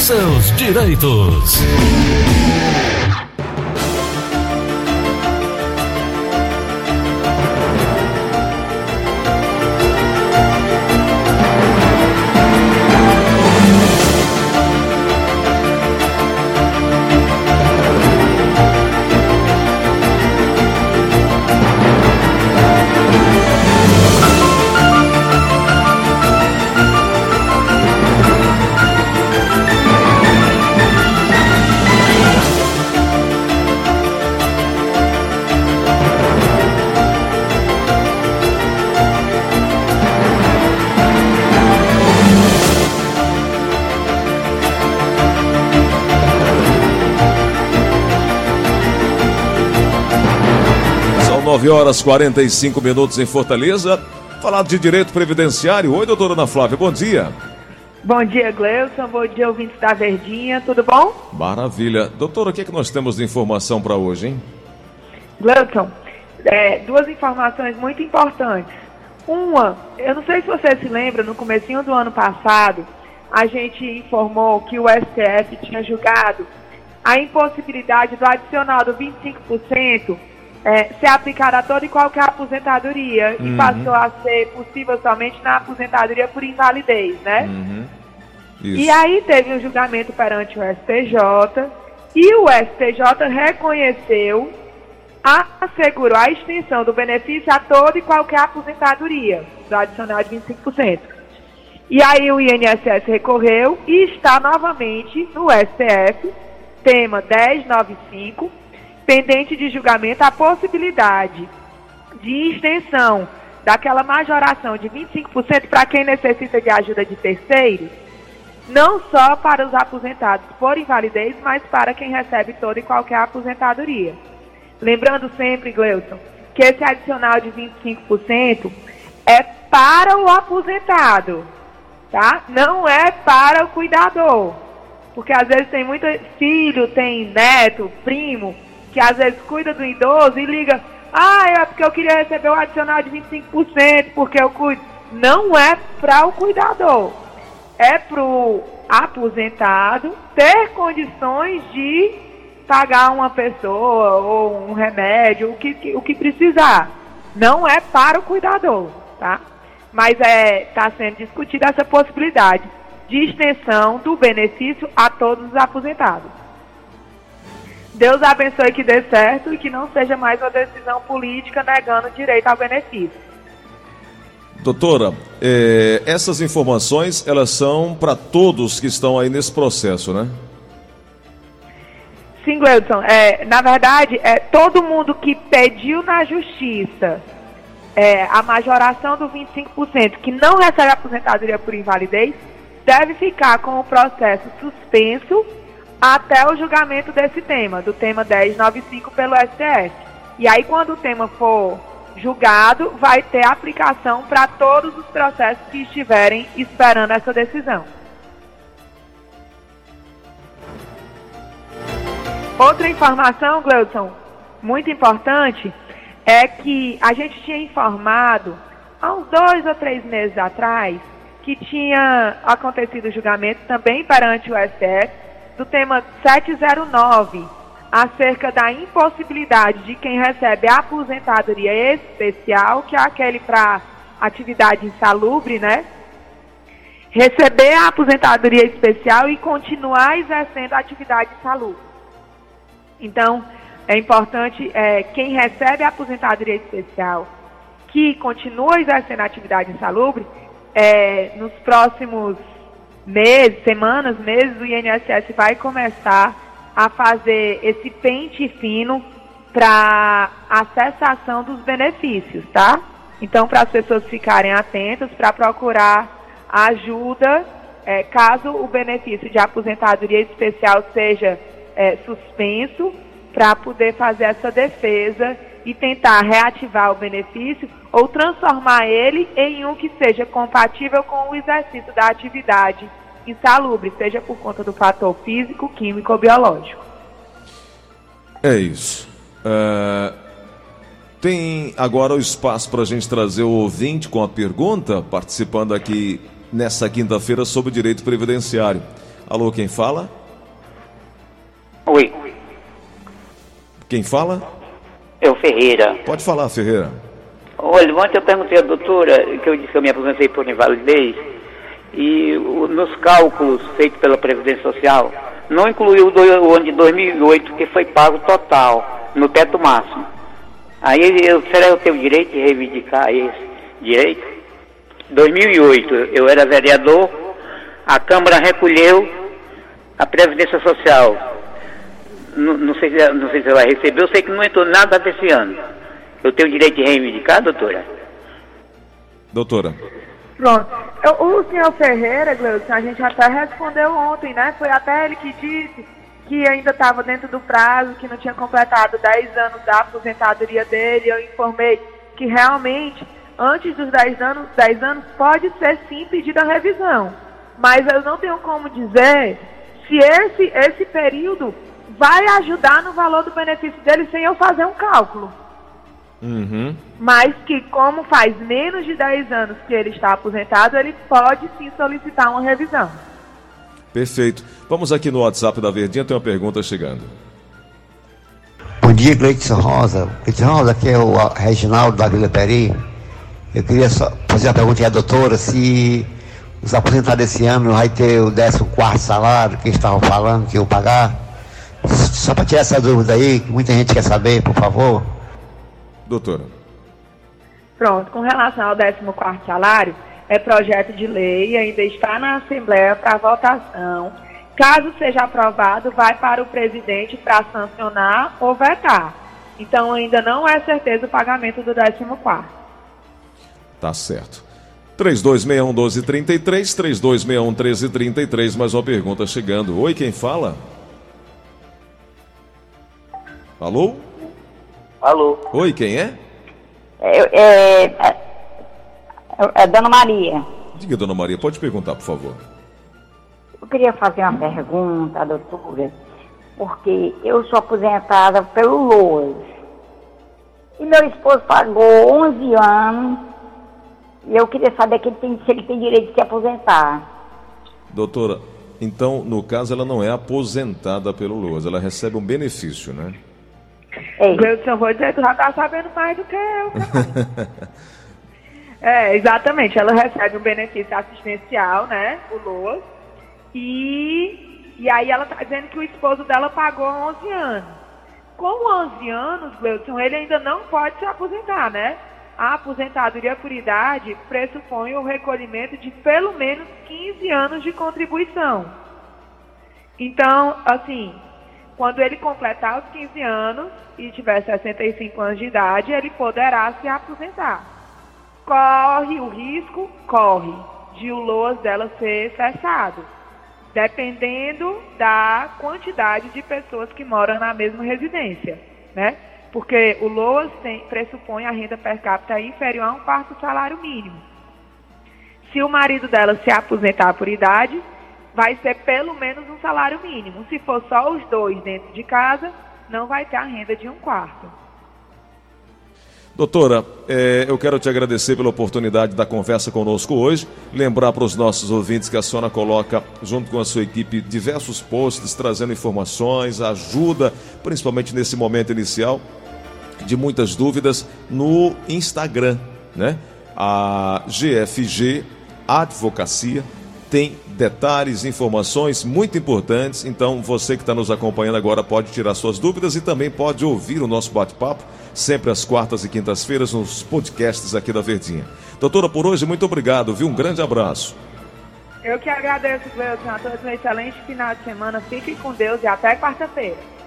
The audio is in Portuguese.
seus direitos. São 9h45 em Fortaleza. Falar de direito previdenciário. Oi, doutora Ana Flávia, bom dia. Bom dia, Gleuson. Bom dia, ouvintes da Verdinha. Tudo bom? Maravilha. Doutora, o que é que nós temos de informação para hoje, hein? Gleuson, duas informações muito importantes. Uma, eu não sei se você se lembra, no comecinho do ano passado, a gente informou que o STF tinha julgado a impossibilidade do adicional do 25% ser aplicado a toda e qualquer aposentadoria e passou a ser possível somente na aposentadoria por invalidez, né? Isso. E aí teve um julgamento perante o STJ e o STJ reconheceu, assegurou a extensão do benefício a toda e qualquer aposentadoria, do adicional de 25%. E aí o INSS recorreu e está novamente no STF, tema 1095, pendente de julgamento a possibilidade de extensão daquela majoração de 25% para quem necessita de ajuda de terceiros, não só para os aposentados por invalidez, mas para quem recebe toda e qualquer aposentadoria. Lembrando sempre, Gleuson, que esse adicional de 25% é para o aposentado, tá? Não é para o cuidador. Porque às vezes tem muito filho, tem neto, primo, que às vezes cuida do idoso e liga, é porque eu queria receber o adicional de 25%, porque eu cuido. Não é para o cuidador, é para o aposentado ter condições de pagar uma pessoa ou um remédio, o que precisar. Não é para o cuidador, tá? Mas está sendo discutida essa possibilidade de extensão do benefício a todos os aposentados. Deus abençoe que dê certo e que não seja mais uma decisão política negando o direito ao benefício. Doutora, essas informações, elas são para todos que estão aí nesse processo, né? Sim, Gleuson. Na verdade, todo mundo que pediu na justiça a majoração do 25%, que não recebe aposentadoria por invalidez, deve ficar com o processo suspenso até o julgamento desse tema, do tema 1095 pelo STF. E aí, quando o tema for julgado, vai ter aplicação para todos os processos que estiverem esperando essa decisão. Outra informação, Gleuson, muito importante, é que a gente tinha informado, há uns 2 ou 3 meses atrás, que tinha acontecido o julgamento também perante o STF, do tema 709, acerca da impossibilidade de quem recebe a aposentadoria especial, que é aquele para atividade insalubre, né? Receber a aposentadoria especial e continuar exercendo a atividade insalubre. Então, é importante, quem recebe a aposentadoria especial, que continua exercendo a atividade insalubre, nos próximos semanas, meses, o INSS vai começar a fazer esse pente fino para a cessação dos benefícios, tá? Então, para as pessoas ficarem atentas, para procurar ajuda, caso o benefício de aposentadoria especial seja suspenso, para poder fazer essa defesa e tentar reativar o benefício ou transformar ele em um que seja compatível com o exercício da atividade insalubre, seja por conta do fator físico, químico ou biológico. É isso. Tem agora o espaço para a gente trazer o ouvinte com a pergunta, participando aqui nessa quinta-feira sobre o direito previdenciário. Alô, quem fala? Oi, Quem fala? é o Ferreira. Pode falar, Ferreira. Olha, ontem eu perguntei à doutora, que eu disse que eu me aposentei por invalidez, e nos cálculos feitos pela Previdência Social, não incluiu o ano de 2008, que foi pago total, no teto máximo. Aí, será que eu tenho o direito de reivindicar esse direito? 2008, eu era vereador, a Câmara recolheu a Previdência Social. Não sei se você vai receber, eu sei que não entrou nada desse ano. Eu tenho o direito de reivindicar, doutora? Doutora. Pronto. O senhor Ferreira, Gleudson, a gente até respondeu ontem, né? Foi até ele que disse que ainda estava dentro do prazo, que não tinha completado 10 anos da aposentadoria dele. Eu informei que realmente, antes dos 10 anos pode ser sim pedida a revisão. Mas eu não tenho como dizer se esse período vai ajudar no valor do benefício dele sem eu fazer um cálculo. Uhum. Mas que, como faz menos de 10 anos que ele está aposentado, ele pode sim solicitar uma revisão. Perfeito. Vamos aqui no WhatsApp da Verdinha, tem uma pergunta chegando. Bom dia, Gleudson Rosa. Gleudson Rosa, aqui é o Reginaldo da Vila Peri. Eu queria só fazer uma pergunta à doutora, se os aposentados desse ano vai ter o 14º salário que eles estavam falando que eu pagar. Só para tirar essa dúvida aí, que muita gente quer saber, por favor. Doutora. Pronto, com relação ao 14º salário, é projeto de lei, ainda está na Assembleia para votação. Caso seja aprovado, vai para o presidente para sancionar ou vetar. Então ainda não é certeza o pagamento do 14º. Tá certo. 3261-1233, 3261-1333, mais uma pergunta chegando. Oi, quem fala? Alô? Alô? Oi, quem é? É Dona Maria. Diga, Dona Maria, pode perguntar, por favor. Eu queria fazer uma pergunta, doutora, porque eu sou aposentada pelo LOAS. E meu esposo pagou 11 anos e eu queria saber se ele tem direito de se aposentar. Doutora, então, no caso, ela não é aposentada pelo LOAS, ela recebe um benefício, né? Eu vou dizer, tu já tá sabendo mais do que eu. Exatamente, ela recebe um benefício assistencial, né, o LOAS, e aí ela tá dizendo que o esposo dela pagou 11 anos. Com 11 anos, Gleudson, ele ainda não pode se aposentar, né? A aposentadoria por idade pressupõe o recolhimento de pelo menos 15 anos de contribuição. Então, assim, quando ele completar os 15 anos e tiver 65 anos de idade, ele poderá se aposentar. Corre o risco, de o LOAS dela ser cessado, dependendo da quantidade de pessoas que moram na mesma residência, né? Porque o LOAS pressupõe a renda per capita inferior a 1/4 do salário mínimo. Se o marido dela se aposentar por idade, vai ser pelo menos um salário mínimo. Se for só os dois dentro de casa, não vai ter a renda de 1/4. Doutora, eu quero te agradecer pela oportunidade da conversa conosco hoje. Lembrar para os nossos ouvintes que a senhora coloca, junto com a sua equipe, diversos posts trazendo informações, ajuda, principalmente nesse momento inicial, de muitas dúvidas, no Instagram, né? A GFG Advocacia tem detalhes, informações muito importantes. Então você que está nos acompanhando agora pode tirar suas dúvidas e também pode ouvir o nosso bate-papo sempre às quartas e quintas-feiras nos podcasts aqui da Verdinha. Doutora, por hoje, muito obrigado, viu? Um grande abraço. Eu que agradeço, Gleudson, a todos um excelente final de semana. Fiquem com Deus e até quarta-feira.